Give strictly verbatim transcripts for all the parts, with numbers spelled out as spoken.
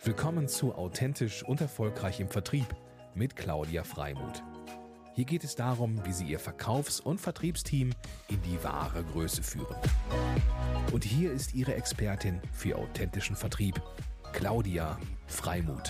Willkommen zu Authentisch und Erfolgreich im Vertrieb mit Claudia Freimuth. Hier geht es darum, wie Sie Ihr Verkaufs- und Vertriebsteam in die wahre Größe führen. Und hier ist Ihre Expertin für authentischen Vertrieb, Claudia Freimuth.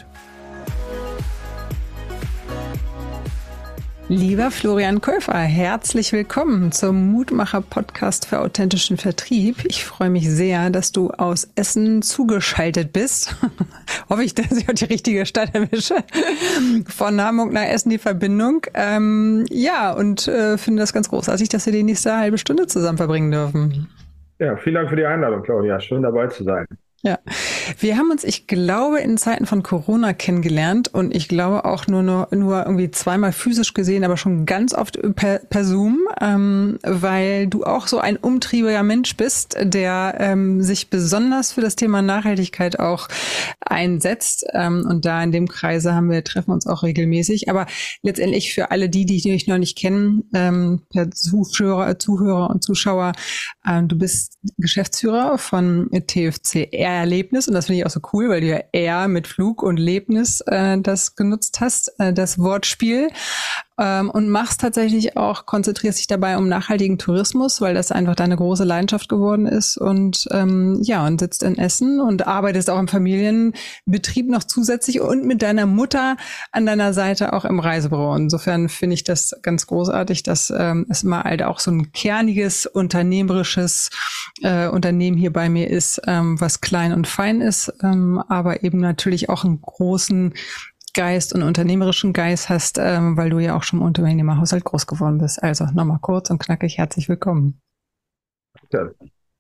Lieber Florian Käufer, herzlich willkommen zum Mutmacher-Podcast für authentischen Vertrieb. Ich freue mich sehr, dass du aus Essen zugeschaltet bist. Hoffe ich, dass ich auch die richtige Stadt erwische. Von Hamburg nach Essen die Verbindung. Ähm, ja, und äh, finde das ganz großartig, dass wir die nächste halbe Stunde zusammen verbringen dürfen. Ja, vielen Dank für die Einladung, Claudia. Schön dabei zu sein. Ja, wir haben uns, ich glaube, in Zeiten von Corona kennengelernt und ich glaube auch nur nur, nur irgendwie zweimal physisch gesehen, aber schon ganz oft per, per Zoom, ähm, weil du auch so ein umtriebiger Mensch bist, der ähm, sich besonders für das Thema Nachhaltigkeit auch einsetzt. Ähm, und da in dem Kreise haben wir, treffen uns auch regelmäßig. Aber letztendlich für alle die, die dich noch nicht kennen, ähm, per Zuhörer, Zuhörer und Zuschauer, ähm, du bist Geschäftsführer von T F C Erlebnis und das finde ich auch so cool, weil du ja eher mit Flug und Lebnis äh, das genutzt hast, äh, das Wortspiel, ähm, und machst tatsächlich auch, konzentrierst dich dabei um nachhaltigen Tourismus, weil das einfach deine große Leidenschaft geworden ist und ähm, ja, und sitzt in Essen und arbeitest auch im Familienbetrieb noch zusätzlich und mit deiner Mutter an deiner Seite auch im Reisebüro. Insofern finde ich das ganz großartig, dass ähm, es mal halt auch so ein kerniges, unternehmerisches äh, Unternehmen hier bei mir ist, ähm, was klein und fein ist, ähm, aber eben natürlich auch einen großen Geist und unternehmerischen Geist hast, ähm, weil du ja auch schon im Unternehmerhaushalt groß geworden bist. Also nochmal kurz und knackig, herzlich willkommen. Ja.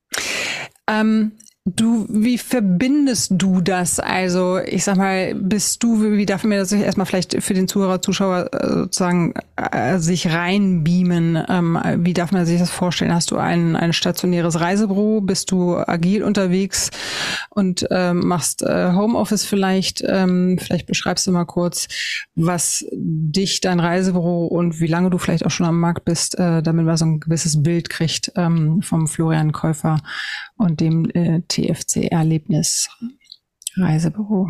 Ähm, Du, wie verbindest du das? Also ich sag mal, bist du, wie darf man mir das erstmal vielleicht für den Zuhörer, Zuschauer äh, sozusagen äh, sich reinbeamen? Ähm, wie darf man sich das vorstellen? Hast du ein, ein stationäres Reisebüro? Bist du agil unterwegs und ähm, machst äh, Homeoffice vielleicht? Ähm, vielleicht beschreibst du mal kurz, was dich, dein Reisebüro und wie lange du vielleicht auch schon am Markt bist, äh, damit man so ein gewisses Bild kriegt ähm, vom Florian Käufer und dem äh, T F C Erlebnis Reisebüro.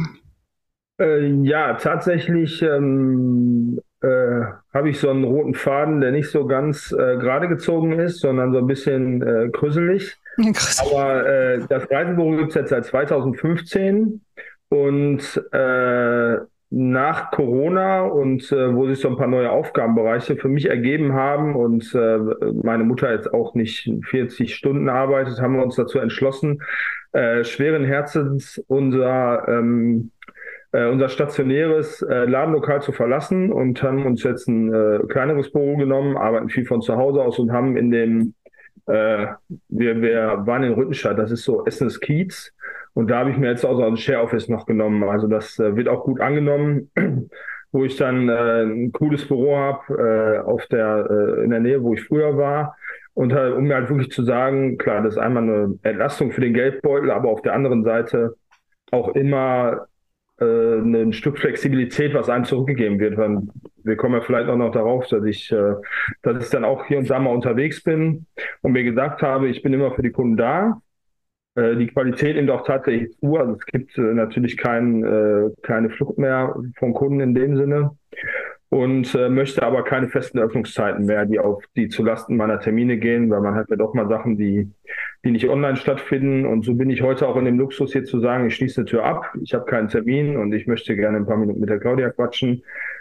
Äh, ja, tatsächlich ähm, äh, habe ich so einen roten Faden, der nicht so ganz äh, gerade gezogen ist, sondern so ein bisschen äh, krüsselig. Aber äh, das Reisebüro gibt es jetzt seit zweitausendfünfzehn und äh, nach Corona und äh, wo sich so ein paar neue Aufgabenbereiche für mich ergeben haben und äh, meine Mutter jetzt auch nicht vierzig Stunden arbeitet, haben wir uns dazu entschlossen, äh, schweren Herzens unser ähm, äh, unser stationäres äh, Ladenlokal zu verlassen und haben uns jetzt ein äh, kleineres Büro genommen, arbeiten viel von zu Hause aus und haben in dem äh, wir, wir waren in Rüttenscheid, das ist so Essenes Kiez. Und da habe ich mir jetzt auch so ein Share Office noch genommen. Also das äh, wird auch gut angenommen, wo ich dann äh, ein cooles Büro habe äh, auf der äh, in der Nähe, wo ich früher war. Und halt, um mir halt wirklich zu sagen, klar, das ist einmal eine Entlastung für den Geldbeutel, aber auf der anderen Seite auch immer äh, ein Stück Flexibilität, was einem zurückgegeben wird. Weil wir kommen ja vielleicht auch noch darauf, dass ich, äh, dass ich dann auch hier und da mal unterwegs bin und mir gesagt habe, ich bin immer für die Kunden da. Die Qualität nimmt auch tatsächlich zu. Also es gibt äh, natürlich kein, äh, keine Flucht mehr von Kunden in dem Sinne und äh, möchte aber keine festen Öffnungszeiten mehr, die auf die zulasten meiner Termine gehen, weil man hat ja doch mal Sachen, die, die nicht online stattfinden. Und so bin ich heute auch in dem Luxus hier zu sagen, ich schließe eine Tür ab, ich habe keinen Termin und ich möchte gerne ein paar Minuten mit der Claudia quatschen.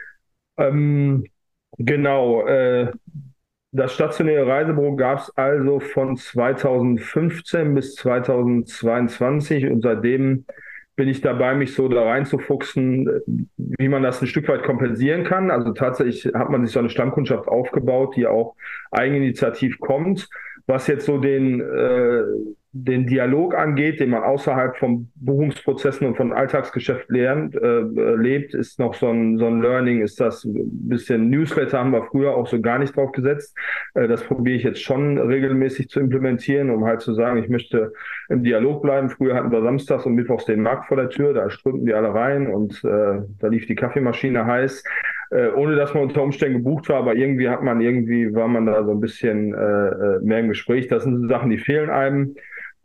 Ähm, genau, äh, Das stationäre Reisebüro gab es also von zweitausendfünfzehn bis zweitausendzweiundzwanzig und seitdem bin ich dabei, mich so da reinzufuchsen, wie man das ein Stück weit kompensieren kann. Also tatsächlich hat man sich so eine Stammkundschaft aufgebaut, die auch eigeninitiativ kommt. Was jetzt so den, äh, den Dialog angeht, den man außerhalb von Buchungsprozessen und von Alltagsgeschäft lernt, äh, lebt, ist noch so ein, so ein Learning, ist das ein bisschen Newsletter, haben wir früher auch so gar nicht drauf gesetzt. Äh, das probiere ich jetzt schon regelmäßig zu implementieren, um halt zu sagen, ich möchte im Dialog bleiben. Früher hatten wir samstags und mittwochs den Markt vor der Tür, da strömten die alle rein und äh, da lief die Kaffeemaschine heiß. Äh, ohne dass man unter Umständen gebucht war, aber irgendwie hat man irgendwie, war man da so ein bisschen äh, mehr im Gespräch. Das sind so Sachen, die fehlen einem.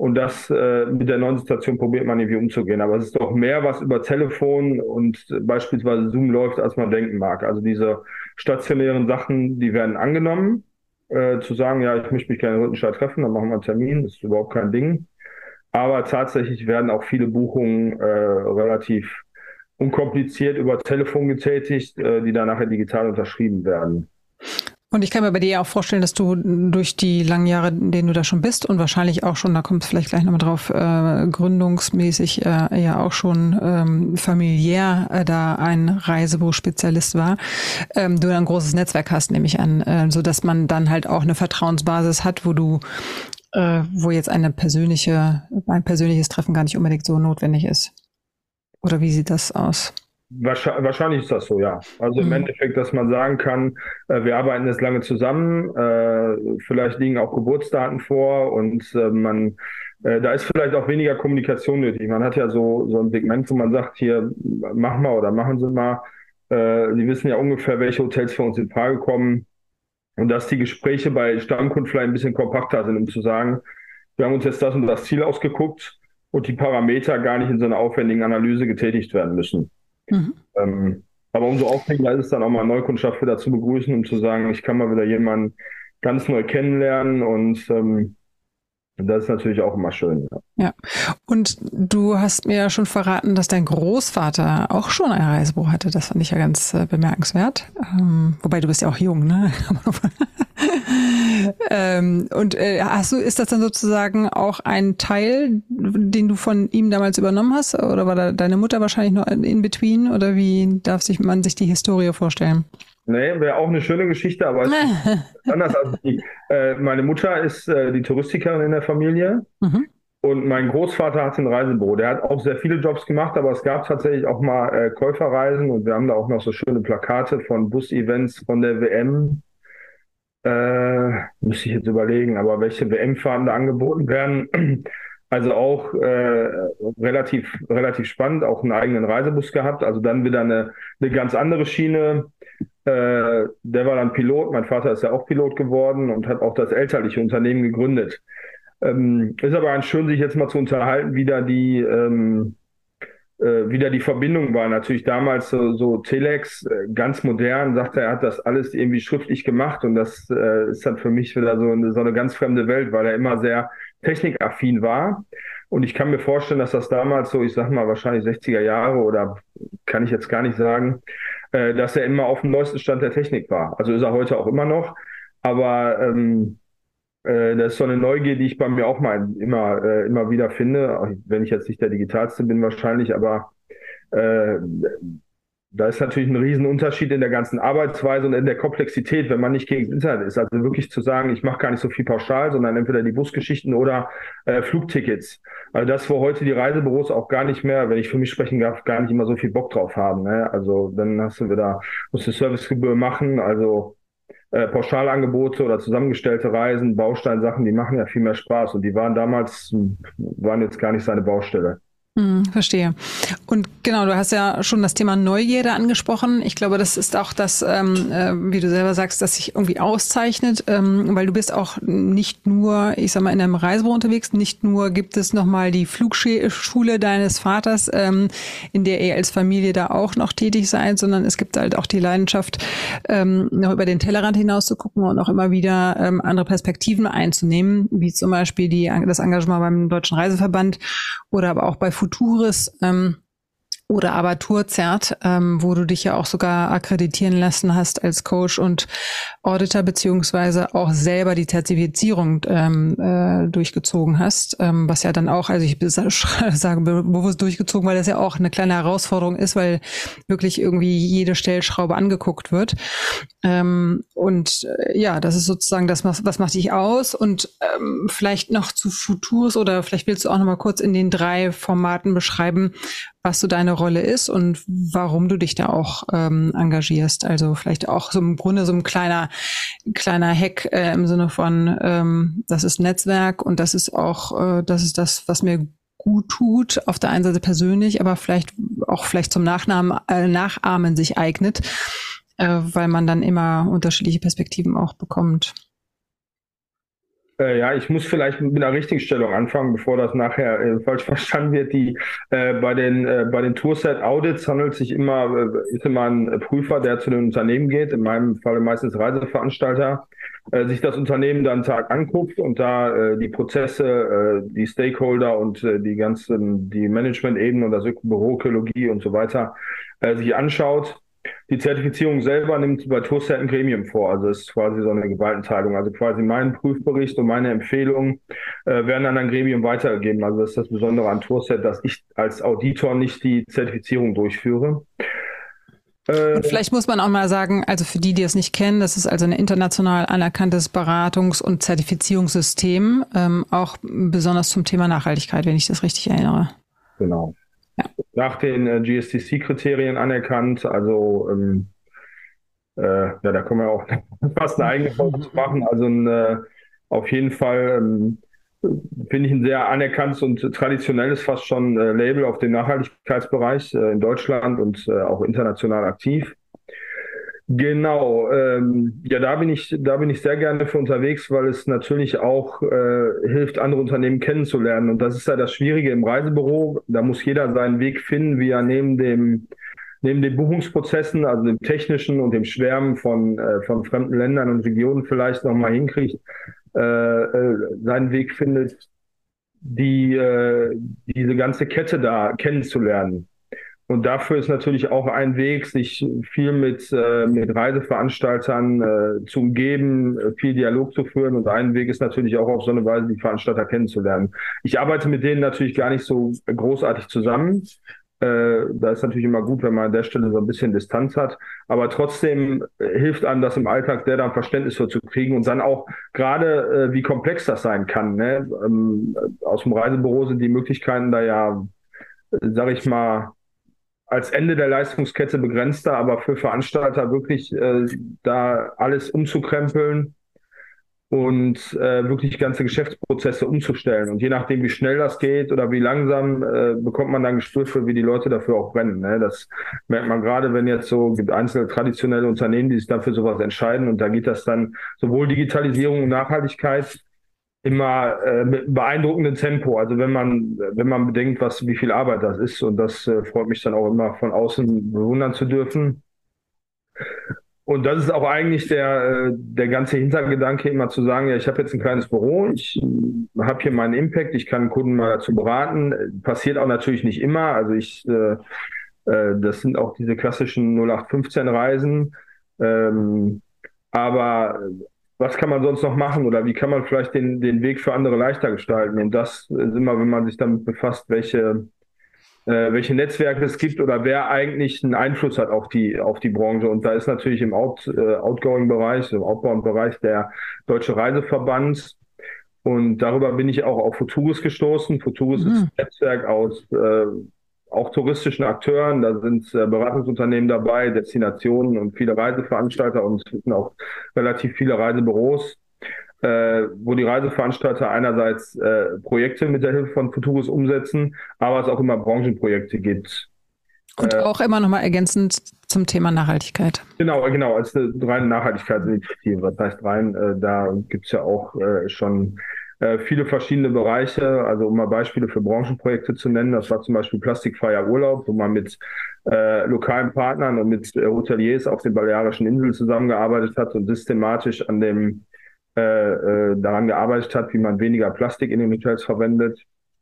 Und das äh, mit der neuen Situation probiert man irgendwie umzugehen. Aber es ist doch mehr, was über Telefon und beispielsweise Zoom läuft, als man denken mag. Also diese stationären Sachen, die werden angenommen. Äh, zu sagen, ja, ich möchte mich gerne in Rüttenscheid treffen, dann machen wir einen Termin, das ist überhaupt kein Ding. Aber tatsächlich werden auch viele Buchungen äh, relativ unkompliziert über Telefon getätigt, äh, die dann nachher digital unterschrieben werden. Und ich kann mir bei dir auch vorstellen, dass du durch die langen Jahre, in denen du da schon bist und wahrscheinlich auch schon, da kommt es vielleicht gleich nochmal drauf, äh, gründungsmäßig äh, ja auch schon ähm, familiär äh, da ein Reisebuchspezialist war, ähm, du ein großes Netzwerk hast, nehme ich an, äh, so dass man dann halt auch eine Vertrauensbasis hat, wo du, äh, wo jetzt eine persönliche, ein persönliches Treffen gar nicht unbedingt so notwendig ist. Oder wie sieht das aus? Wahrscheinlich ist das so, ja. Also im mhm. Endeffekt, dass man sagen kann, äh, wir arbeiten jetzt lange zusammen, äh, vielleicht liegen auch Geburtsdaten vor und äh, man, äh, da ist vielleicht auch weniger Kommunikation nötig. Man hat ja so, so ein Segment, wo man sagt, hier, mach mal oder machen Sie mal. Äh, Sie wissen ja ungefähr, welche Hotels für uns in Frage kommen. Und dass die Gespräche bei Stammkunden vielleicht ein bisschen kompakter sind, um zu sagen, wir haben uns jetzt das und das Ziel ausgeguckt und die Parameter gar nicht in so einer aufwendigen Analyse getätigt werden müssen. Mhm. Ähm, aber umso aufregender ist es dann auch mal Neukundschaft wieder zu begrüßen und zu sagen, ich kann mal wieder jemanden ganz neu kennenlernen und ähm, das ist natürlich auch immer schön. Ja. Ja, und du hast mir ja schon verraten, dass dein Großvater auch schon ein Reisebuch hatte. Das fand ich ja ganz äh, bemerkenswert. Ähm, wobei du bist ja auch jung, ne? ähm, und äh, hast du, ist das dann sozusagen auch ein Teil, den du von ihm damals übernommen hast? Oder war da deine Mutter wahrscheinlich noch in between? Oder wie darf sich man sich die Historie vorstellen? Nee, wäre auch eine schöne Geschichte, aber es ist anders. Also die, äh, meine Mutter ist äh, die Touristikerin in der Familie. Mhm. Und mein Großvater hatte ein Reisebüro. Der hat auch sehr viele Jobs gemacht, aber es gab tatsächlich auch mal äh, Käuferreisen und wir haben da auch noch so schöne Plakate von Bus-Events von der W M. Äh, müsste ich jetzt überlegen, aber welche W M-Fahrten da angeboten werden. Also auch äh, relativ relativ spannend, auch einen eigenen Reisebus gehabt. Also dann wieder eine, eine ganz andere Schiene. Äh, der war dann Pilot. Mein Vater ist ja auch Pilot geworden und hat auch das elterliche Unternehmen gegründet. Ähm, ist aber ganz schön, sich jetzt mal zu unterhalten, wie da die, ähm, äh, wie da die Verbindung war. Natürlich damals so, so Telex, äh, ganz modern, sagt er, er hat das alles irgendwie schriftlich gemacht und das äh, ist dann für mich wieder so eine, so eine ganz fremde Welt, weil er immer sehr technikaffin war. Und ich kann mir vorstellen, dass das damals so, ich sag mal, wahrscheinlich sechziger Jahre oder kann ich jetzt gar nicht sagen, äh, dass er immer auf dem neuesten Stand der Technik war. Also ist er heute auch immer noch. Aber ähm, das ist so eine Neugier, die ich bei mir auch mal immer, äh, immer wieder finde, wenn ich jetzt nicht der Digitalste bin wahrscheinlich, aber äh, da ist natürlich ein Riesenunterschied in der ganzen Arbeitsweise und in der Komplexität, wenn man nicht gegen das Internet ist. Also wirklich zu sagen, ich mache gar nicht so viel pauschal, sondern entweder die Busgeschichten oder äh, Flugtickets. Also das, wo heute die Reisebüros auch gar nicht mehr, wenn ich für mich sprechen darf, gar nicht immer so viel Bock drauf haben. Ne? Also dann hast du wieder, musst du Servicegebühr machen, also Äh, Pauschalangebote oder zusammengestellte Reisen, Bausteinsachen, die machen ja viel mehr Spaß und die waren damals, waren jetzt gar nicht seine Baustelle. Hm, verstehe. Und genau, du hast ja schon das Thema Neugierde angesprochen. Ich glaube, das ist auch das, ähm, äh, wie du selber sagst, das sich irgendwie auszeichnet, ähm, weil du bist auch nicht nur, ich sag mal, in einem Reisebüro unterwegs, nicht nur gibt es nochmal die Flugschule deines Vaters, ähm, in der ihr als Familie da auch noch tätig seid, sondern es gibt halt auch die Leidenschaft, ähm, noch über den Tellerrand hinaus zu gucken und auch immer wieder ähm, andere Perspektiven einzunehmen, wie zum Beispiel die, das Engagement beim Deutschen Reiseverband oder aber auch bei Futuris ähm, oder aber Tourzert, ähm, wo du dich ja auch sogar akkreditieren lassen hast als Coach und Auditor, beziehungsweise auch selber die Zertifizierung ähm, äh, durchgezogen hast, ähm, was ja dann auch, also ich sage bewusst durchgezogen, weil das ja auch eine kleine Herausforderung ist, weil wirklich irgendwie jede Stellschraube angeguckt wird. Ähm, und äh, ja, das ist sozusagen das, was, was macht dich aus? Und ähm, vielleicht noch zu Futuris oder vielleicht willst du auch noch mal kurz in den drei Formaten beschreiben, was so deine Rolle ist und warum du dich da auch ähm, engagierst. Also vielleicht auch so im Grunde so ein kleiner kleiner Hack äh, im Sinne von, ähm, das ist Netzwerk und das ist auch, äh, das ist das, was mir gut tut, auf der einen Seite persönlich, aber vielleicht auch vielleicht zum Nachnamen, äh, Nachahmen sich eignet, äh, weil man dann immer unterschiedliche Perspektiven auch bekommt. Äh, ja, ich muss vielleicht mit einer Richtigstellung anfangen, bevor das nachher äh, falsch verstanden wird. Die äh, bei den äh, bei den Tourset Audits handelt es sich immer äh, ist immer ein Prüfer, der zu den Unternehmen geht, in meinem Fall meistens Reiseveranstalter, äh, sich das Unternehmen dann einen Tag anguckt und da äh, die Prozesse, äh, die Stakeholder und äh, die ganzen die Management-Ebenen und das Büro, Ökologie und so weiter äh, sich anschaut. Die Zertifizierung selber nimmt bei Tourset ein Gremium vor, also es ist quasi so eine Gewaltenteilung. Also quasi mein Prüfbericht und meine Empfehlungen äh, werden an ein Gremium weitergegeben. Also das ist das Besondere an Tourset, dass ich als Auditor nicht die Zertifizierung durchführe. Äh, und vielleicht muss man auch mal sagen, also für die, die es nicht kennen, das ist also ein international anerkanntes Beratungs- und Zertifizierungssystem, ähm, auch besonders zum Thema Nachhaltigkeit, wenn ich das richtig erinnere. Genau. Ja. Nach den äh, G S T C-Kriterien anerkannt, also ähm, äh, ja, da können wir auch fast eine eigene Folge zu machen. Also ein, äh, auf jeden Fall ähm, finde ich ein sehr anerkanntes und traditionelles fast schon äh, Label auf dem Nachhaltigkeitsbereich äh, in Deutschland und äh, auch international aktiv. Genau, ähm, ja, da bin ich, da bin ich sehr gerne für unterwegs, weil es natürlich auch äh, hilft, andere Unternehmen kennenzulernen. Und das ist ja das Schwierige im Reisebüro. Da muss jeder seinen Weg finden, wie er neben dem, neben den Buchungsprozessen, also dem technischen und dem Schwärmen von, äh, von fremden Ländern und Regionen vielleicht nochmal hinkriegt, äh, äh, seinen Weg findet, die, äh, diese ganze Kette da kennenzulernen. Und dafür ist natürlich auch ein Weg, sich viel mit, äh, mit Reiseveranstaltern äh, zu umgeben, viel Dialog zu führen. Und ein Weg ist natürlich auch auf so eine Weise, die Veranstalter kennenzulernen. Ich arbeite mit denen natürlich gar nicht so großartig zusammen. Äh, da ist natürlich immer gut, wenn man an der Stelle so ein bisschen Distanz hat. Aber trotzdem äh, hilft einem das im Alltag sehr, da ein Verständnis für zu kriegen. Und dann auch gerade, äh, wie komplex das sein kann. Ne? Ähm, aus dem Reisebüro sind die Möglichkeiten da ja, äh, sag ich mal, als Ende der Leistungskette begrenzter, aber für Veranstalter wirklich äh, da alles umzukrempeln und äh, wirklich ganze Geschäftsprozesse umzustellen. Und je nachdem, wie schnell das geht oder wie langsam, äh, bekommt man dann Gespür für, wie die Leute dafür auch brennen. Ne? Das merkt man gerade, wenn jetzt so gibt einzelne traditionelle Unternehmen, die sich dann für sowas entscheiden. Und da geht das dann sowohl Digitalisierung und Nachhaltigkeit immer äh, mit beeindruckendem Tempo. Also wenn man wenn man bedenkt, was wie viel Arbeit das ist, und das äh, freut mich dann auch immer von außen bewundern zu dürfen. Und das ist auch eigentlich der äh, der ganze Hintergedanke, immer zu sagen, ja, ich habe jetzt ein kleines Büro, ich äh, habe hier meinen Impact, ich kann Kunden mal dazu beraten. Passiert auch natürlich nicht immer. Also ich äh, äh, das sind auch diese klassischen null acht fünfzehn Reisen. Ähm, aber was kann man sonst noch machen oder wie kann man vielleicht den, den Weg für andere leichter gestalten? Und das ist immer, wenn man sich damit befasst, welche, äh, welche Netzwerke es gibt oder wer eigentlich einen Einfluss hat auf die, auf die Branche. Und da ist natürlich im Out, äh, Outgoing-Bereich, im Outbound-Bereich der Deutsche Reiseverband. Und darüber bin ich auch auf Futurus gestoßen. Futurus mhm. ist ein Netzwerk aus äh, auch touristischen Akteuren, da sind äh, Beratungsunternehmen dabei, Destinationen und viele Reiseveranstalter und es sind auch relativ viele Reisebüros, äh, wo die Reiseveranstalter einerseits äh, Projekte mit der Hilfe von Futurus umsetzen, aber es auch immer Branchenprojekte gibt. Und äh, auch immer nochmal ergänzend zum Thema Nachhaltigkeit. Genau, genau, als eine reine Nachhaltigkeitsinitiative. Was heißt rein? Äh, da gibt's ja auch äh, schon viele verschiedene Bereiche, also um mal Beispiele für Branchenprojekte zu nennen. Das war zum Beispiel Plastikfreier Urlaub, wo man mit äh, lokalen Partnern und mit äh, Hoteliers auf den Balearischen Inseln zusammengearbeitet hat und systematisch an dem äh, äh, daran gearbeitet hat, wie man weniger Plastik in den Hotels verwendet.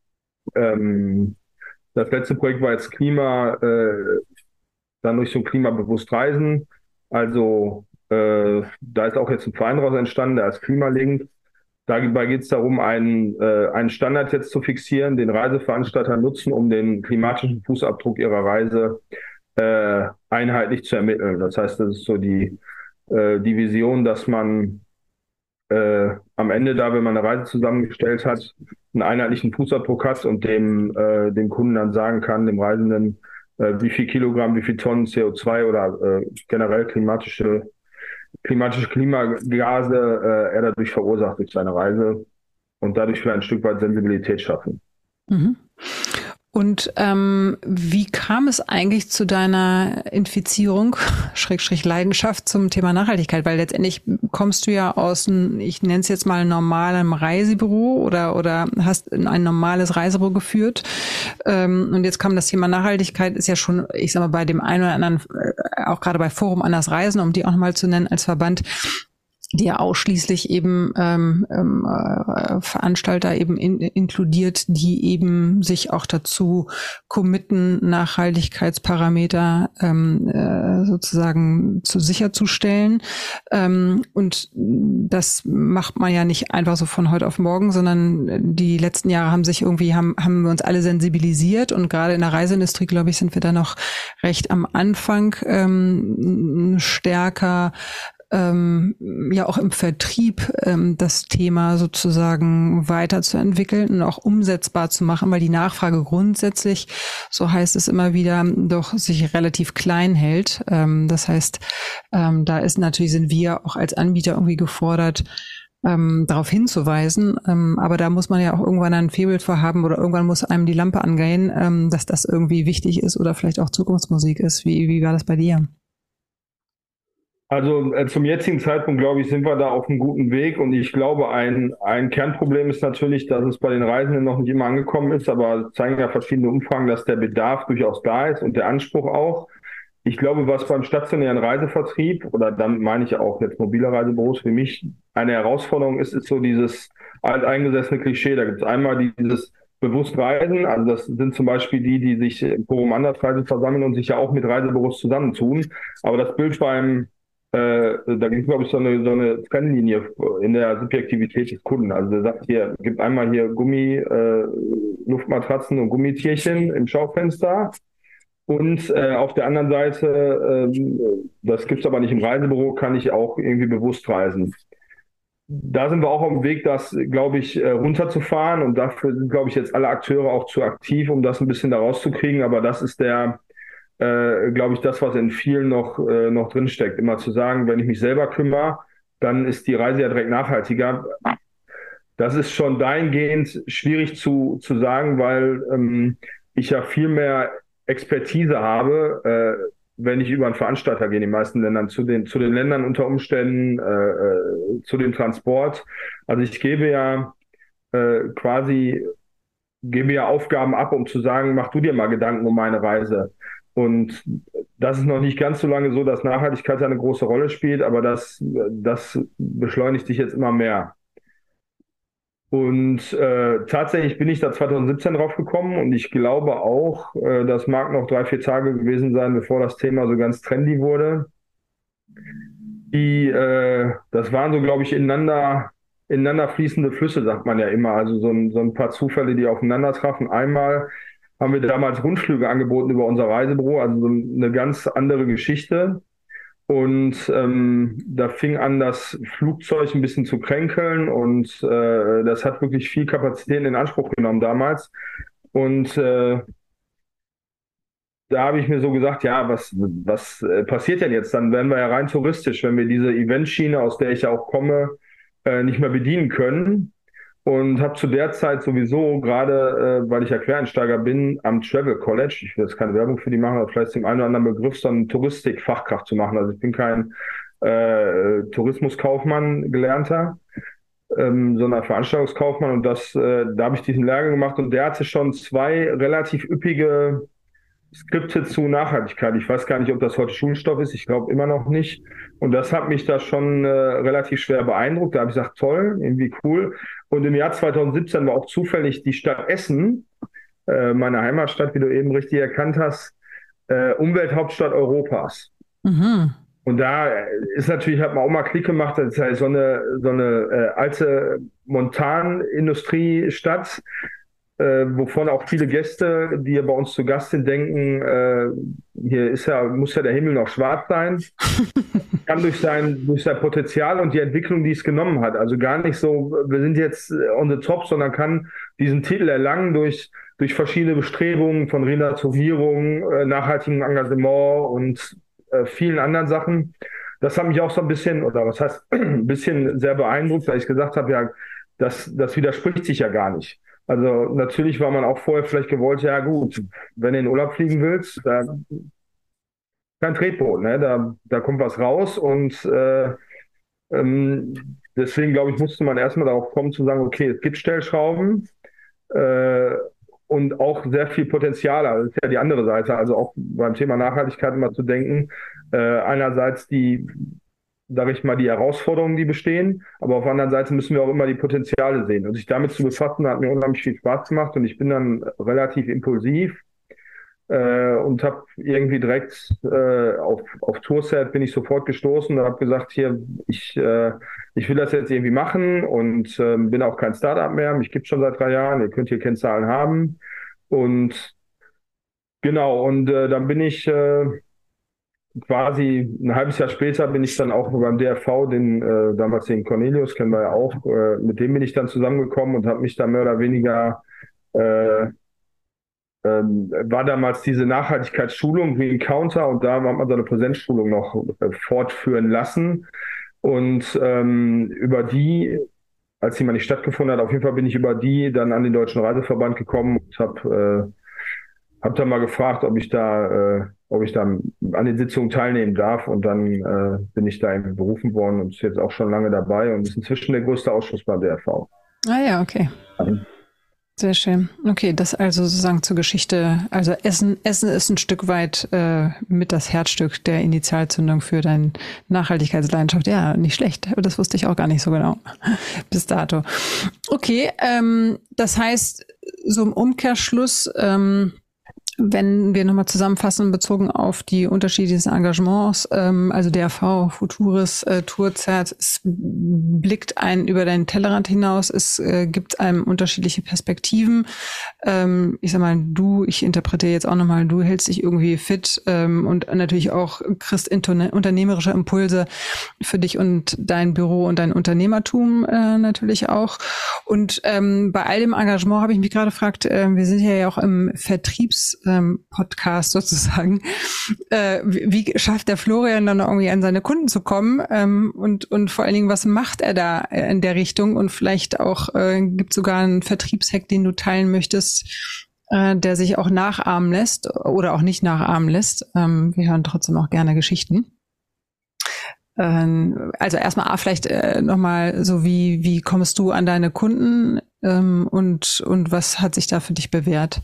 Ähm, das letzte Projekt war jetzt Klima, äh, dann durch so klimabewusst Reisen. Also äh, da ist auch jetzt ein Verein raus entstanden, der als Klimalink. Dabei geht es darum, einen, äh, einen Standard jetzt zu fixieren, den Reiseveranstalter nutzen, um den klimatischen Fußabdruck ihrer Reise äh, einheitlich zu ermitteln. Das heißt, das ist so die, äh, die Vision, dass man äh, am Ende da, wenn man eine Reise zusammengestellt hat, einen einheitlichen Fußabdruck hat und dem, äh, dem Kunden dann sagen kann, dem Reisenden, äh, wie viel Kilogramm, wie viel Tonnen C O zwei oder äh, generell klimatische klimatische Klimagase äh, er dadurch verursacht durch seine Reise und dadurch vielleicht ein Stück weit Sensibilität schaffen. Mhm. Und ähm, wie kam es eigentlich zu deiner Infizierung, Schrägstrich Leidenschaft zum Thema Nachhaltigkeit? Weil letztendlich kommst du ja aus einem, ich nenne es jetzt mal normalem Reisebüro oder oder hast ein normales Reisebüro geführt. Ähm, und jetzt kam das Thema Nachhaltigkeit, ist ja schon, ich sag mal, bei dem einen oder anderen, auch gerade bei Forum Anders Reisen, um die auch nochmal zu nennen als Verband, die ja ausschließlich eben ähm, äh, Veranstalter eben in, inkludiert, die eben sich auch dazu committen, Nachhaltigkeitsparameter ähm, äh, sozusagen zu sicherzustellen. Ähm, und das macht man ja nicht einfach so von heute auf morgen, sondern die letzten Jahre haben sich irgendwie, haben, haben wir uns alle sensibilisiert, und gerade in der Reiseindustrie, glaube ich, sind wir da noch recht am Anfang ähm, stärker Ähm, ja auch im Vertrieb ähm, das Thema sozusagen weiterzuentwickeln und auch umsetzbar zu machen, weil die Nachfrage grundsätzlich, so heißt es immer wieder, doch sich relativ klein hält. Ähm, das heißt, ähm, da ist natürlich, sind wir auch als Anbieter irgendwie gefordert, ähm, darauf hinzuweisen. Ähm, aber da muss man ja auch irgendwann ein Fehlbild für haben oder irgendwann muss einem die Lampe angehen, ähm, dass das irgendwie wichtig ist oder vielleicht auch Zukunftsmusik ist. Wie, wie war das bei dir? Also äh, zum jetzigen Zeitpunkt, glaube ich, sind wir da auf einem guten Weg, und ich glaube, ein, ein Kernproblem ist natürlich, dass es bei den Reisenden noch nicht immer angekommen ist, aber es zeigen ja verschiedene Umfragen, dass der Bedarf durchaus da ist und der Anspruch auch. Ich glaube, was beim stationären Reisevertrieb, oder damit meine ich auch jetzt mobile Reisebüros, für mich eine Herausforderung ist, ist so dieses alteingesessene Klischee. Da gibt es einmal dieses bewusst Reisen, also das sind zum Beispiel die, die sich im Forum Anders Reisen versammeln und sich ja auch mit Reisebüros zusammentun. Aber das Bild beim Äh, da gibt es, glaube ich, so eine, so eine Trennlinie in der Subjektivität des Kunden. Also der sagt hier, gibt einmal hier Gummi, äh, Luftmatratzen und Gummitierchen im Schaufenster. Und äh, auf der anderen Seite, äh, das gibt's aber nicht im Reisebüro, kann ich auch irgendwie bewusst reisen. Da sind wir auch auf dem Weg, das, glaube ich, äh, runterzufahren. Und dafür sind, glaube ich, jetzt alle Akteure auch zu aktiv, um das ein bisschen da rauszukriegen. Aber das ist der Äh, glaube ich, das, was in vielen noch, äh, noch drinsteckt. Immer zu sagen, wenn ich mich selber kümmere, dann ist die Reise ja direkt nachhaltiger. Das ist schon dahingehend schwierig zu, zu sagen, weil ähm, ich ja viel mehr Expertise habe, äh, wenn ich über einen Veranstalter gehe, in den meisten Ländern, zu den, zu den Ländern unter Umständen, äh, äh, zu dem Transport. Also ich gebe ja äh, quasi, gebe ja Aufgaben ab, um zu sagen, mach du dir mal Gedanken um meine Reise. Und das ist noch nicht ganz so lange so, dass Nachhaltigkeit eine große Rolle spielt, aber das, das beschleunigt sich jetzt immer mehr. Und äh, tatsächlich bin ich da zwanzig siebzehn drauf gekommen, und ich glaube auch, äh, das mag noch drei, vier Tage gewesen sein, bevor das Thema so ganz trendy wurde. Die, äh, das waren so, glaube ich, ineinander, ineinander fließende Flüsse, sagt man ja immer. Also so ein, so ein paar Zufälle, die aufeinander trafen. Einmal haben wir damals Rundflüge angeboten über unser Reisebüro, also so eine ganz andere Geschichte. Und ähm, da fing an, das Flugzeug ein bisschen zu kränkeln, und äh, das hat wirklich viel Kapazität in Anspruch genommen damals. Und äh, da habe ich mir so gesagt, ja, was, was äh, passiert denn jetzt? Dann werden wir ja rein touristisch, wenn wir diese Eventschiene, aus der ich ja auch komme, äh, nicht mehr bedienen können. Und habe zu der Zeit sowieso gerade, äh, weil ich ja Quereinsteiger bin, am Travel College, ich will jetzt keine Werbung für die machen, aber vielleicht den einen oder anderen Begriff, so eine Touristikfachkraft zu machen. Also ich bin kein äh, Tourismuskaufmann gelernter, ähm, sondern Veranstaltungskaufmann, und das, äh, da habe ich diesen Lehrgang gemacht, und der hatte schon zwei relativ üppige Skripte zu Nachhaltigkeit. Ich weiß gar nicht, ob das heute Schulstoff ist. Ich glaube immer noch nicht. Und das hat mich da schon äh, relativ schwer beeindruckt. Da habe ich gesagt, toll, irgendwie cool. Und im Jahr zwanzig siebzehn war auch zufällig die Stadt Essen, äh, meine Heimatstadt, wie du eben richtig erkannt hast, äh, Umwelthauptstadt Europas. Mhm. Und da ist natürlich, hat man auch mal Klick gemacht, das ist halt so eine, so eine äh, alte Montanindustriestadt, Äh, wovon auch viele Gäste, die ja bei uns zu Gast sind, denken, äh, hier ist ja, muss ja der Himmel noch schwarz sein. Kann durch sein, durch sein Potenzial und die Entwicklung, die es genommen hat. Also gar nicht so, wir sind jetzt on the top, sondern kann diesen Titel erlangen durch, durch verschiedene Bestrebungen von Renaturierung, äh, nachhaltigem Engagement und äh, vielen anderen Sachen. Das hat mich auch so ein bisschen, oder was heißt, ein bisschen sehr beeindruckt, weil ich gesagt habe, ja, das, das widerspricht sich ja gar nicht. Also natürlich war man auch vorher vielleicht gewollt, ja gut, wenn du in den Urlaub fliegen willst, da kein Tretboot, ne? Da, da kommt was raus und äh, ähm, deswegen glaube ich, musste man erstmal darauf kommen zu sagen, okay, es gibt Stellschrauben äh, und auch sehr viel Potenzial. Also das ist ja die andere Seite, also auch beim Thema Nachhaltigkeit immer zu denken. Äh, einerseits die, sage ich mal, die Herausforderungen, die bestehen, aber auf der anderen Seite müssen wir auch immer die Potenziale sehen. Und sich damit zu befassen, hat mir unheimlich viel Spaß gemacht und ich bin dann relativ impulsiv äh, und habe irgendwie direkt äh, auf, auf Tourset bin ich sofort gestoßen und habe gesagt, hier, ich, äh, ich will das jetzt irgendwie machen und äh, bin auch kein Startup mehr. Mich gibt schon seit drei Jahren, ihr könnt hier Kennzahlen haben. Und genau, und äh, dann bin ich äh, quasi ein halbes Jahr später bin ich dann auch beim D R V, den äh, damals den Cornelius, kennen wir ja auch, äh, mit dem bin ich dann zusammengekommen und habe mich da mehr oder weniger äh, ähm, war damals diese Nachhaltigkeitsschulung wie Encounter und da hat man so eine Präsenzschulung noch äh, fortführen lassen. Und ähm, über die, als die mal nicht stattgefunden hat, auf jeden Fall bin ich über die dann an den Deutschen Reiseverband gekommen und habe äh, hab dann mal gefragt, ob ich da, äh, ob ich da an den Sitzungen teilnehmen darf. Und dann äh, bin ich da eben berufen worden und ist jetzt auch schon lange dabei und ist inzwischen der größte Ausschuss beim D R V. Ah ja, okay. Mhm. Sehr schön. Okay, das also sozusagen zur Geschichte. Also Essen, Essen ist ein Stück weit äh, mit das Herzstück der Initialzündung für deine Nachhaltigkeitsleidenschaft. Ja, nicht schlecht. Das wusste ich auch gar nicht so genau bis dato. Okay, ähm, das heißt, so im Umkehrschluss, ähm, wenn wir nochmal zusammenfassen, bezogen auf die unterschiedlichen Engagements, ähm, also D R V, Futures, äh, Tourzert, es blickt einen über deinen Tellerrand hinaus, es äh, gibt einem unterschiedliche Perspektiven. Ähm, ich sag mal, du, ich interpretiere jetzt auch nochmal, du hältst dich irgendwie fit ähm, und natürlich auch kriegst intone- unternehmerische Impulse für dich und dein Büro und dein Unternehmertum äh, natürlich auch. Und ähm, bei all dem Engagement habe ich mich gerade gefragt, äh, wir sind ja auch im Vertriebs Podcast sozusagen. Äh, wie, wie schafft der Florian dann irgendwie an seine Kunden zu kommen? Ähm, und, und vor allen Dingen, was macht er da in der Richtung? Und vielleicht auch äh, gibt es sogar einen Vertriebshack, den du teilen möchtest, äh, der sich auch nachahmen lässt oder auch nicht nachahmen lässt. Ähm, wir hören trotzdem auch gerne Geschichten. Ähm, also erstmal A, vielleicht äh, nochmal so, wie, wie kommst du an deine Kunden ähm, und, und was hat sich da für dich bewährt?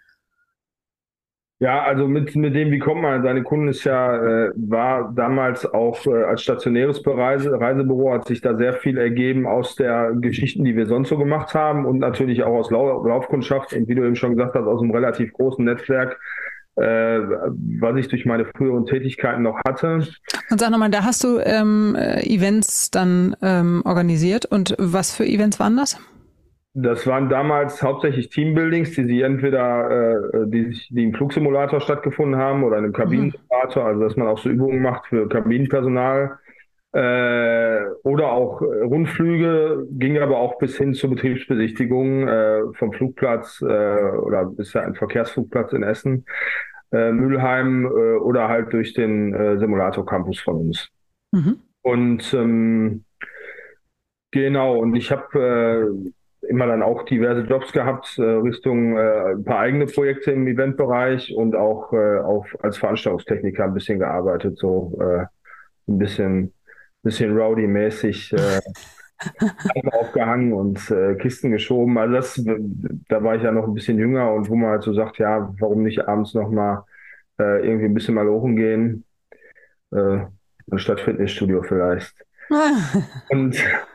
Ja, also mit, mit dem, wie kommt man an seine Kunden, ist ja, äh, war damals auch äh, als stationäres Reise, Reisebüro, hat sich da sehr viel ergeben aus der Geschichten, die wir sonst so gemacht haben und natürlich auch aus Lau Laufkundschaft und wie du eben schon gesagt hast, aus einem relativ großen Netzwerk, äh, was ich durch meine früheren Tätigkeiten noch hatte. Und sag nochmal, da hast du ähm, Events dann ähm, organisiert und was für Events waren das? Das waren damals hauptsächlich Teambuildings, die sie entweder, äh, die, die im Flugsimulator stattgefunden haben oder in einem Kabinensimulator, also dass man auch so Übungen macht für Kabinenpersonal äh, oder auch Rundflüge, ging aber auch bis hin zur Betriebsbesichtigung äh, vom Flugplatz äh, oder ist ja ein Verkehrsflugplatz in Essen, äh, Mülheim äh, oder halt durch den äh, Simulator-Campus von uns. Mhm. Und ähm, genau, und ich habe äh, immer dann auch diverse Jobs gehabt, äh, Richtung äh, ein paar eigene Projekte im Eventbereich und auch, äh, auch als Veranstaltungstechniker ein bisschen gearbeitet, so äh, ein bisschen, bisschen rowdy-mäßig äh, aufgehangen und äh, Kisten geschoben. Also das, da war ich ja noch ein bisschen jünger und wo man halt so sagt, ja, warum nicht abends nochmal äh, irgendwie ein bisschen mal lochen gehen, äh, anstatt Fitnessstudio vielleicht. Und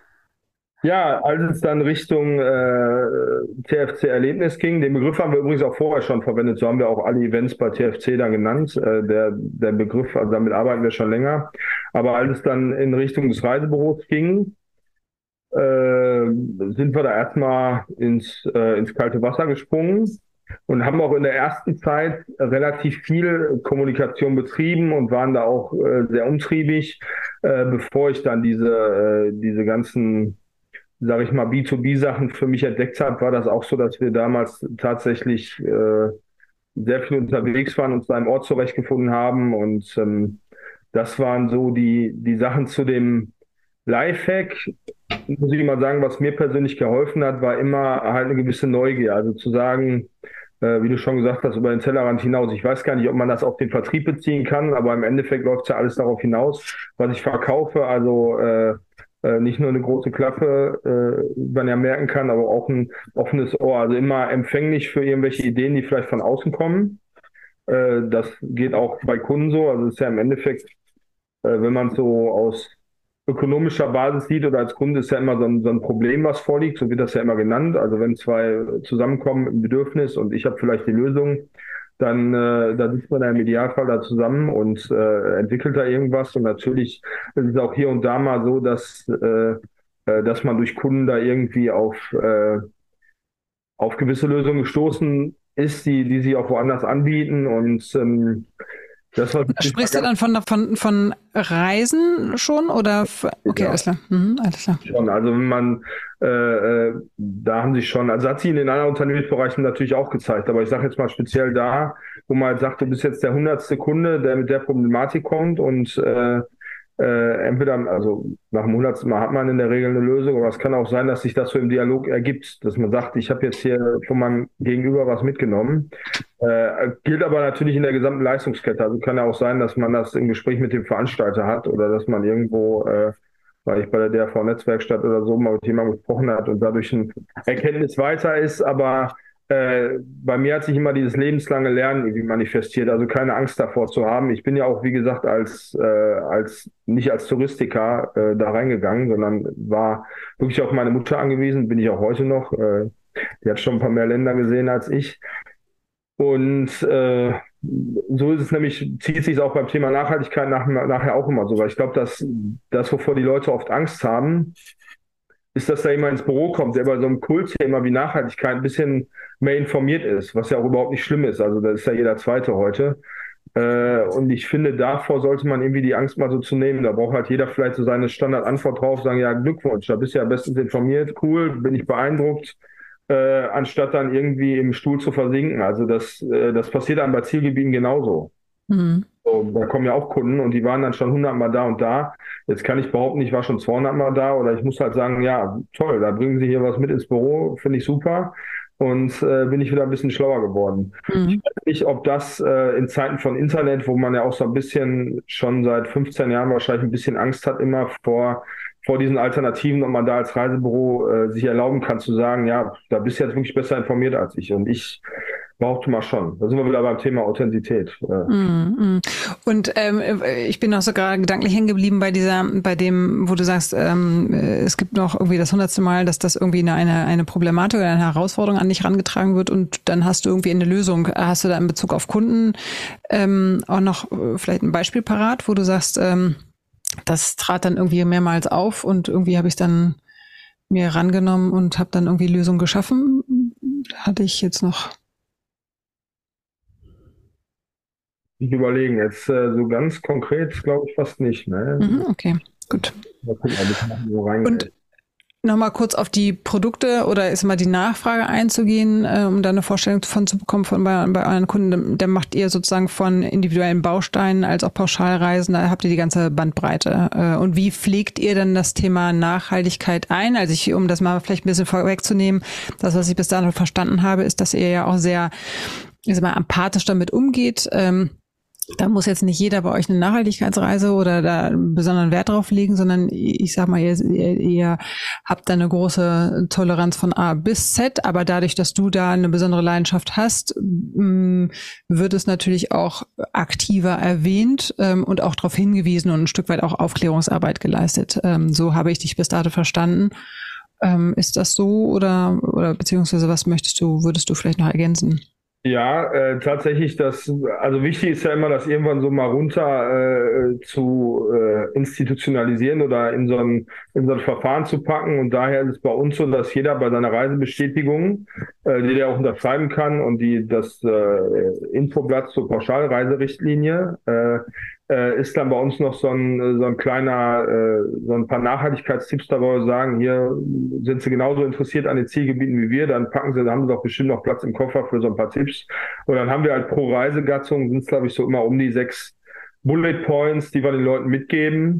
ja, als es dann Richtung äh, T F C-Erlebnis ging, den Begriff haben wir übrigens auch vorher schon verwendet, so haben wir auch alle Events bei T F C dann genannt. Äh, der, der Begriff, also damit arbeiten wir schon länger. Aber als es dann in Richtung des Reisebüros ging, äh, sind wir da erstmal ins, äh, ins kalte Wasser gesprungen und haben auch in der ersten Zeit relativ viel Kommunikation betrieben und waren da auch äh, sehr umtriebig, äh, bevor ich dann diese, äh, diese ganzen sage ich mal, B zwei B Sachen für mich entdeckt habe, war das auch so, dass wir damals tatsächlich äh, sehr viel unterwegs waren, uns da im Ort zurechtgefunden haben und ähm, das waren so die, die Sachen zu dem Lifehack. muss ich mal sagen, was mir persönlich geholfen hat, war immer halt eine gewisse Neugier. Also zu sagen, äh, wie du schon gesagt hast, über den Tellerrand hinaus. Ich weiß gar nicht, ob man das auf den Vertrieb beziehen kann, aber im Endeffekt läuft ja alles darauf hinaus, was ich verkaufe. Also äh, äh, nicht nur eine große Klappe, äh, wie man ja merken kann, aber auch ein offenes Ohr. Also immer empfänglich für irgendwelche Ideen, die vielleicht von außen kommen. Äh, das geht auch bei Kunden so. Also es ist ja im Endeffekt, äh, wenn man es so aus ökonomischer Basis sieht oder als Kunde, ist ja immer so ein, so ein Problem, was vorliegt, so wird das ja immer genannt. Also wenn zwei zusammenkommen im Bedürfnis und ich habe vielleicht die Lösung, dann äh, da sitzt man ja im Idealfall da zusammen und äh, entwickelt da irgendwas. Und natürlich ist es auch hier und da mal so, dass, äh, äh, dass man durch Kunden da irgendwie auf, äh, auf gewisse Lösungen gestoßen ist, die, die sie auch woanders anbieten. Und ähm, das war Sprichst du dann von, von, von Reisen schon oder? F- okay, ja. alles klar. Mhm, alles klar. Schon, also wenn man, äh, da haben sich schon, also hat sie in den anderen Unternehmensbereichen natürlich auch gezeigt, aber ich sage jetzt mal speziell da, wo man halt sagt, du bist jetzt der hundertste Kunde, der mit der Problematik kommt und äh, äh, entweder, also nach dem hundertsten Mal hat man in der Regel eine Lösung, aber es kann auch sein, dass sich das so im Dialog ergibt, dass man sagt, ich habe jetzt hier von meinem Gegenüber was mitgenommen. Äh, gilt aber natürlich in der gesamten Leistungskette. Also kann ja auch sein, dass man das im Gespräch mit dem Veranstalter hat oder dass man irgendwo, äh, weil ich bei der D R V-Netzwerkstatt oder so mal mit jemandem gesprochen hat und dadurch ein Erkenntnis weiter ist, aber Äh, bei mir hat sich immer dieses lebenslange Lernen irgendwie manifestiert, also keine Angst davor zu haben. Ich bin ja auch, wie gesagt, als, äh, als nicht als Touristiker äh, da reingegangen, sondern war wirklich auf meine Mutter angewiesen, bin ich auch heute noch. Äh, die hat schon ein paar mehr Länder gesehen als ich. Und äh, so ist es nämlich, zieht sich auch beim Thema Nachhaltigkeit nach, nachher auch immer so, weil ich glaube, dass das, wovor die Leute oft Angst haben, ist, dass da jemand ins Büro kommt, der bei so einem Kultthema wie Nachhaltigkeit ein bisschen mehr informiert ist, was ja auch überhaupt nicht schlimm ist. Also das ist ja jeder Zweite heute. Äh, und ich finde, davor sollte man irgendwie die Angst mal so zu nehmen. Da braucht halt jeder vielleicht so seine Standardantwort drauf, sagen, ja, Glückwunsch, da bist du ja bestens informiert, cool, bin ich beeindruckt, äh, anstatt dann irgendwie im Stuhl zu versinken. Also das, äh, das passiert dann bei Zielgebieten genauso. Mhm. So, da kommen ja auch Kunden und die waren dann schon hundertmal da und da. Jetzt kann ich behaupten, ich war schon zweihundertmal da oder ich muss halt sagen, ja, toll, da bringen Sie hier was mit ins Büro, finde ich super. Und äh, bin ich wieder ein bisschen schlauer geworden. Mhm. Ich weiß nicht, ob das äh, in Zeiten von Internet, wo man ja auch so ein bisschen schon seit fünfzehn Jahren wahrscheinlich ein bisschen Angst hat immer vor, vor diesen Alternativen, ob man da als Reisebüro äh, sich erlauben kann zu sagen, ja, da bist du jetzt wirklich besser informiert als ich. Und ich behaupte mal schon. Da sind wir wieder beim Thema Authentizität. Mm, mm. Und ähm, ich bin auch so gerade gedanklich hängen geblieben bei dieser, bei dem, wo du sagst, ähm, es gibt noch irgendwie das hundertste Mal, dass das irgendwie eine, eine, eine Problematik oder eine Herausforderung an dich herangetragen wird und dann hast du irgendwie eine Lösung. Hast du da in Bezug auf Kunden ähm, auch noch vielleicht ein Beispiel parat, wo du sagst, ähm, das trat dann irgendwie mehrmals auf und irgendwie habe ich es dann mir rangenommen und habe dann irgendwie Lösungen geschaffen? Hatte ich jetzt noch... Ich überlegen, jetzt äh, so ganz konkret glaube ich fast nicht. Ne? Mhm, okay, gut. Mal gucken, ob ich noch so Und nochmal kurz auf die Produkte oder ist mal die Nachfrage einzugehen, äh, um da eine Vorstellung von zu bekommen von bei, bei euren Kunden. Da macht ihr sozusagen von individuellen Bausteinen als auch Pauschalreisen, da habt ihr die ganze Bandbreite. Äh, und wie pflegt ihr dann das Thema Nachhaltigkeit ein? Also ich, um das mal vielleicht ein bisschen vorwegzunehmen, das, was ich bis dahin verstanden habe, ist, dass ihr ja auch sehr, ich sag mal, empathisch damit umgeht. Ähm, Da muss jetzt nicht jeder bei euch eine Nachhaltigkeitsreise oder da einen besonderen Wert drauf legen, sondern ich sag mal, ihr, ihr habt da eine große Toleranz von A bis Z, aber dadurch, dass du da eine besondere Leidenschaft hast, wird es natürlich auch aktiver erwähnt und auch darauf hingewiesen und ein Stück weit auch Aufklärungsarbeit geleistet. So habe ich dich bis dato verstanden. Ist das so oder, oder beziehungsweise was möchtest du, würdest du vielleicht noch ergänzen? Ja, äh, tatsächlich, das, also wichtig ist ja immer, das irgendwann so mal runter äh, zu äh, institutionalisieren oder in so, ein, in so ein Verfahren zu packen. Und daher ist es bei uns so, dass jeder bei seiner Reisebestätigung, äh, die der auch unterschreiben kann und die das äh, Infoblatt zur Pauschalreiserichtlinie, äh, äh, ist dann bei uns noch so ein, so ein kleiner, äh, so ein paar Nachhaltigkeitstipps dabei, wo wir sagen, hier sind Sie genauso interessiert an den Zielgebieten wie wir, dann packen Sie, dann haben Sie doch bestimmt noch Platz im Koffer für so ein paar Tipps. Und dann haben wir halt pro Reisegattung, sind es glaube ich so immer um die sechs Bullet Points, die wir den Leuten mitgeben.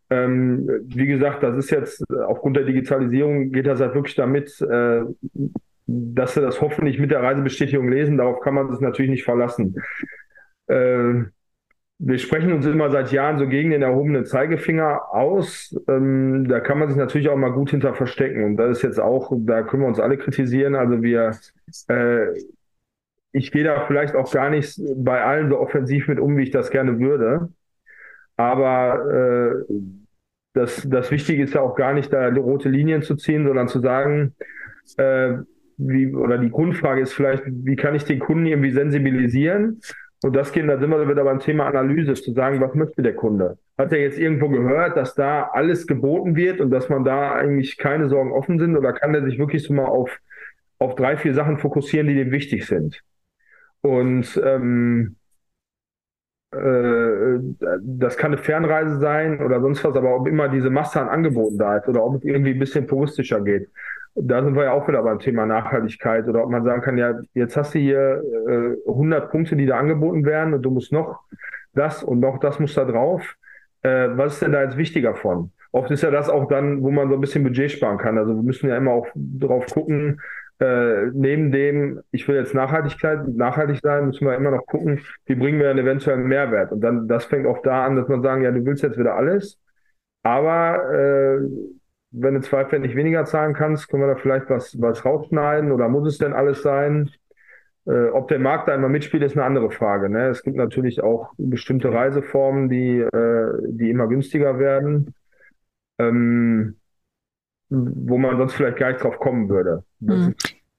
Ähm, wie gesagt, das ist jetzt aufgrund der Digitalisierung geht das halt wirklich damit, äh, dass sie das hoffentlich mit der Reisebestätigung lesen. Darauf kann man sich natürlich nicht verlassen. Äh, wir sprechen uns immer seit Jahren so gegen den erhobenen Zeigefinger aus. Ähm, da kann man sich natürlich auch mal gut hinter verstecken. Und das ist jetzt auch, da können wir uns alle kritisieren. Also wir, äh, ich gehe da vielleicht auch gar nicht bei allen so offensiv mit um, wie ich das gerne würde. Aber äh, das, das Wichtige ist ja auch gar nicht, da rote Linien zu ziehen, sondern zu sagen, äh, wie, oder die Grundfrage ist vielleicht, wie kann ich den Kunden irgendwie sensibilisieren? Und das geht, da sind wir wieder beim Thema Analyse, zu sagen, was möchte der Kunde? Hat er jetzt irgendwo gehört, dass da alles geboten wird und dass man da eigentlich keine Sorgen offen sind? Oder kann er sich wirklich so mal auf, auf drei, vier Sachen fokussieren, die dem wichtig sind? Und ähm, äh, das kann eine Fernreise sein oder sonst was, aber ob immer diese Masse an Angeboten da ist oder ob es irgendwie ein bisschen puristischer geht. Da sind wir ja auch wieder beim Thema Nachhaltigkeit oder ob man sagen kann, ja, jetzt hast du hier äh, hundert Punkte, die da angeboten werden und du musst noch das und noch das muss da drauf. Äh, was ist denn da jetzt wichtiger von? Oft ist ja das auch dann, wo man so ein bisschen Budget sparen kann. Also wir müssen ja immer auch drauf gucken, äh, neben dem, ich will jetzt Nachhaltigkeit, nachhaltig sein, müssen wir immer noch gucken, wie bringen wir einen eventuellen Mehrwert. Und dann, das fängt auch da an, dass man sagen, ja, du willst jetzt wieder alles, aber äh, wenn du zwei Pfennig weniger zahlen kannst, können wir da vielleicht was, was rausschneiden oder muss es denn alles sein? Äh, ob der Markt da immer mitspielt, ist eine andere Frage. Ne? Es gibt natürlich auch bestimmte Reiseformen, die, äh, die immer günstiger werden, ähm, wo man sonst vielleicht gar nicht drauf kommen würde. Mhm.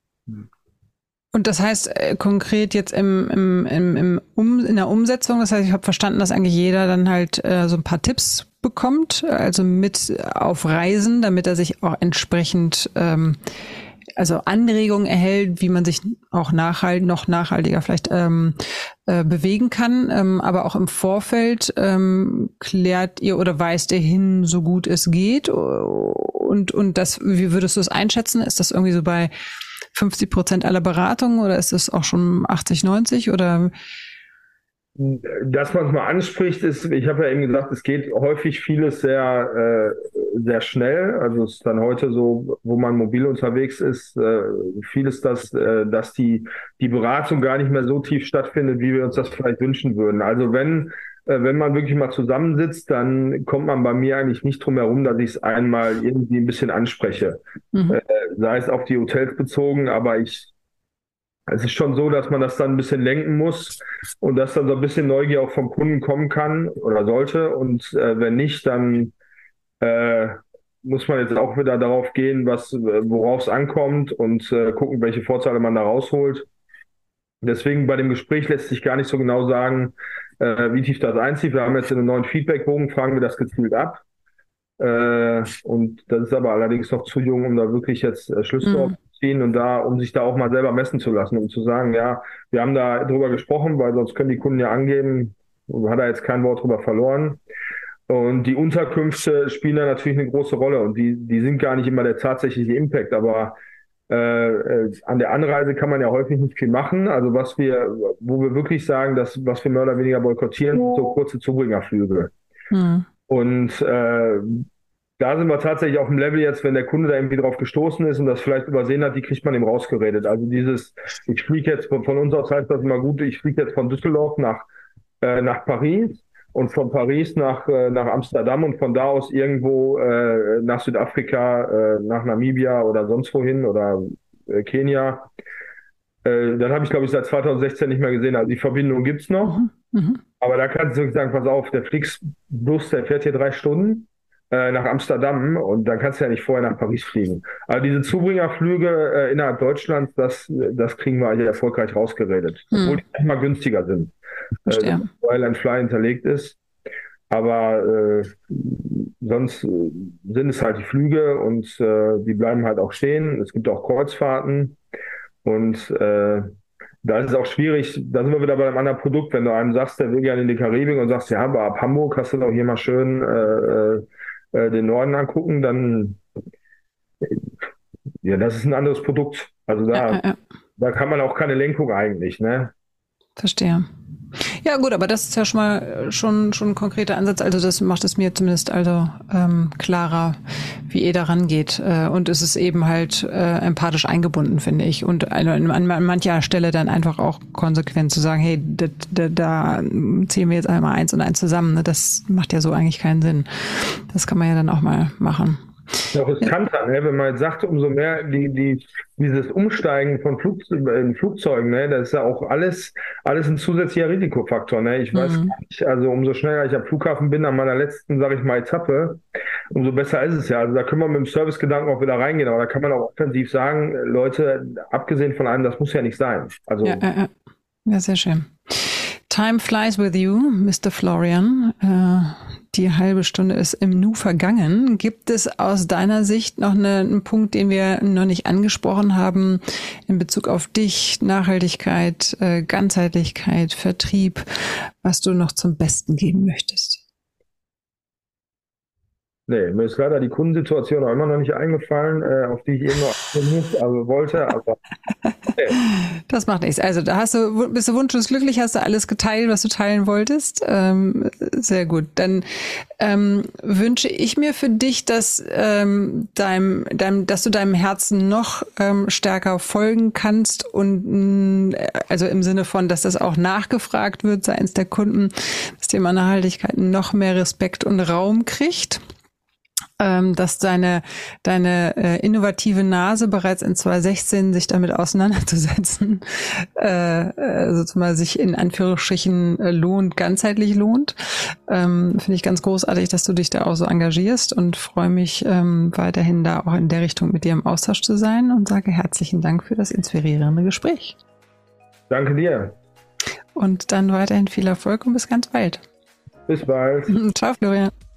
Und das heißt äh, konkret jetzt im, im, im, im um, in der Umsetzung, das heißt, ich habe verstanden, dass eigentlich jeder dann halt äh, so ein paar Tipps bekommt, also mit auf Reisen, damit er sich auch entsprechend ähm, also Anregungen erhält, wie man sich auch nachhalt, noch nachhaltiger vielleicht ähm, äh, bewegen kann. Ähm, aber auch im Vorfeld ähm, klärt ihr oder weist ihr hin, so gut es geht. Und, und das, wie würdest du es einschätzen? Ist das irgendwie so bei fünfzig Prozent aller Beratungen oder ist es auch schon achtzig, neunzig oder? Dass man es mal anspricht, ist, ich habe ja eben gesagt, es geht häufig vieles sehr, äh, sehr schnell. Also es ist dann heute so, wo man mobil unterwegs ist, äh, vieles, dass, äh, dass die, die Beratung gar nicht mehr so tief stattfindet, wie wir uns das vielleicht wünschen würden. Also wenn, äh, wenn man wirklich mal zusammensitzt, dann kommt man bei mir eigentlich nicht drum herum, dass ich es einmal irgendwie ein bisschen anspreche. Mhm. Äh, sei es auf die Hotels bezogen, aber ich Es ist schon so, dass man das dann ein bisschen lenken muss und dass dann so ein bisschen Neugier auch vom Kunden kommen kann oder sollte. Und äh, wenn nicht, dann äh, muss man jetzt auch wieder darauf gehen, was, worauf es ankommt und äh, gucken, welche Vorteile man da rausholt. Deswegen bei dem Gespräch lässt sich gar nicht so genau sagen, äh, wie tief das einzieht. Wir haben jetzt in einem neuen Feedbackbogen, fragen wir das gezielt ab. Äh, und das ist aber allerdings noch zu jung, um da wirklich jetzt äh, Schlüsse drauf zu ziehen und da, um sich da auch mal selber messen zu lassen, um zu sagen, ja, wir haben da drüber gesprochen, weil sonst können die Kunden ja angeben, hat er jetzt kein Wort drüber verloren. Und die Unterkünfte spielen da natürlich eine große Rolle und die, die sind gar nicht immer der tatsächliche Impact, aber äh, äh, an der Anreise kann man ja häufig nicht viel machen. Also was wir, wo wir wirklich sagen, dass was wir mehr oder weniger boykottieren, sind so kurze Zubringerflüge. Mhm. Und äh, da sind wir tatsächlich auf dem Level jetzt, wenn der Kunde da irgendwie drauf gestoßen ist und das vielleicht übersehen hat, die kriegt man ihm rausgeredet. Also dieses, ich fliege jetzt von, von uns aus heißt das immer gut, ich fliege jetzt von Düsseldorf nach, äh, nach Paris und von Paris nach, äh, nach Amsterdam und von da aus irgendwo äh, nach Südafrika, äh, nach Namibia oder sonst wohin oder äh, Kenia. Äh, dann habe ich, glaube ich, seit zweitausendsechzehn nicht mehr gesehen. Also die Verbindung gibt's noch. Mhm. Aber da kannst du wirklich sagen, pass auf, der Flixbus, der fährt hier drei Stunden äh, nach Amsterdam und dann kannst du ja nicht vorher nach Paris fliegen. Aber diese Zubringerflüge äh, innerhalb Deutschlands, das, das kriegen wir eigentlich erfolgreich rausgeredet. Mhm. Obwohl die manchmal günstiger sind. Äh, weil ein Fly hinterlegt ist. Aber äh, sonst sind es halt die Flüge und äh, die bleiben halt auch stehen. Es gibt auch Kreuzfahrten und äh, da ist es auch schwierig, da sind wir wieder bei einem anderen Produkt, wenn du einem sagst, der will gerne in die Karibik und sagst, ja, aber ab Hamburg hast du doch hier mal schön äh, äh, den Norden angucken, dann ja, das ist ein anderes Produkt. Also da, ja, ja, ja. da kann man auch keine Lenkung eigentlich, ne? Verstehe. Ja gut, aber das ist ja schon mal schon, schon ein konkreter Ansatz. Also das macht es mir zumindest also ähm, klarer, wie ihr da rangeht. Äh, und es ist eben halt äh, empathisch eingebunden, finde ich. Und also an, an mancher Stelle dann einfach auch konsequent zu sagen, hey, da, da, da ziehen wir jetzt einmal eins und eins zusammen. Ne? Das macht ja so eigentlich keinen Sinn. Das kann man ja dann auch mal machen. Noch riskanter, ne? Wenn man jetzt sagt, umso mehr die, die, dieses Umsteigen von Flug, in Flugzeugen, ne? Das ist ja auch alles, alles ein zusätzlicher Risikofaktor. Ne? Ich weiß Mhm. gar nicht, also umso schneller ich am Flughafen bin, an meiner letzten, sage ich mal, Etappe, umso besser ist es ja. Also da können wir mit dem Servicegedanken auch wieder reingehen, aber da kann man auch offensiv sagen, Leute, abgesehen von allem, das muss ja nicht sein. Also Ja, ja, ja. Ja, sehr schön. Time flies with you, Mister Florian. Äh, die halbe Stunde ist im Nu vergangen. Gibt es aus deiner Sicht noch eine, einen Punkt, den wir noch nicht angesprochen haben in Bezug auf dich, Nachhaltigkeit, äh, Ganzheitlichkeit, Vertrieb, was du noch zum Besten geben möchtest? Nee, mir ist leider die Kundensituation auch immer noch nicht eingefallen, äh, auf die ich eben noch achten muss, also wollte, aber nee. Das macht nichts. Also da hast du, bist du wunschlos glücklich, hast du alles geteilt, was du teilen wolltest. Ähm, sehr gut. Dann ähm, wünsche ich mir für dich, dass ähm, deinem, deinem, dass du deinem Herzen noch ähm, stärker folgen kannst und mh, also im Sinne von, dass das auch nachgefragt wird seitens der Kunden, das Thema Nachhaltigkeit noch mehr Respekt und Raum kriegt. Ähm, dass deine deine äh, innovative Nase bereits in zwanzig sechzehn sich damit auseinanderzusetzen, äh, äh, sozusagen sich in Anführungsstrichen äh, lohnt, ganzheitlich lohnt. Ähm, finde ich ganz großartig, dass du dich da auch so engagierst und freue mich ähm, weiterhin da auch in der Richtung mit dir im Austausch zu sein und sage herzlichen Dank für das inspirierende Gespräch. Danke dir. Und dann weiterhin viel Erfolg und bis ganz bald. Bis bald. Ciao, Florian.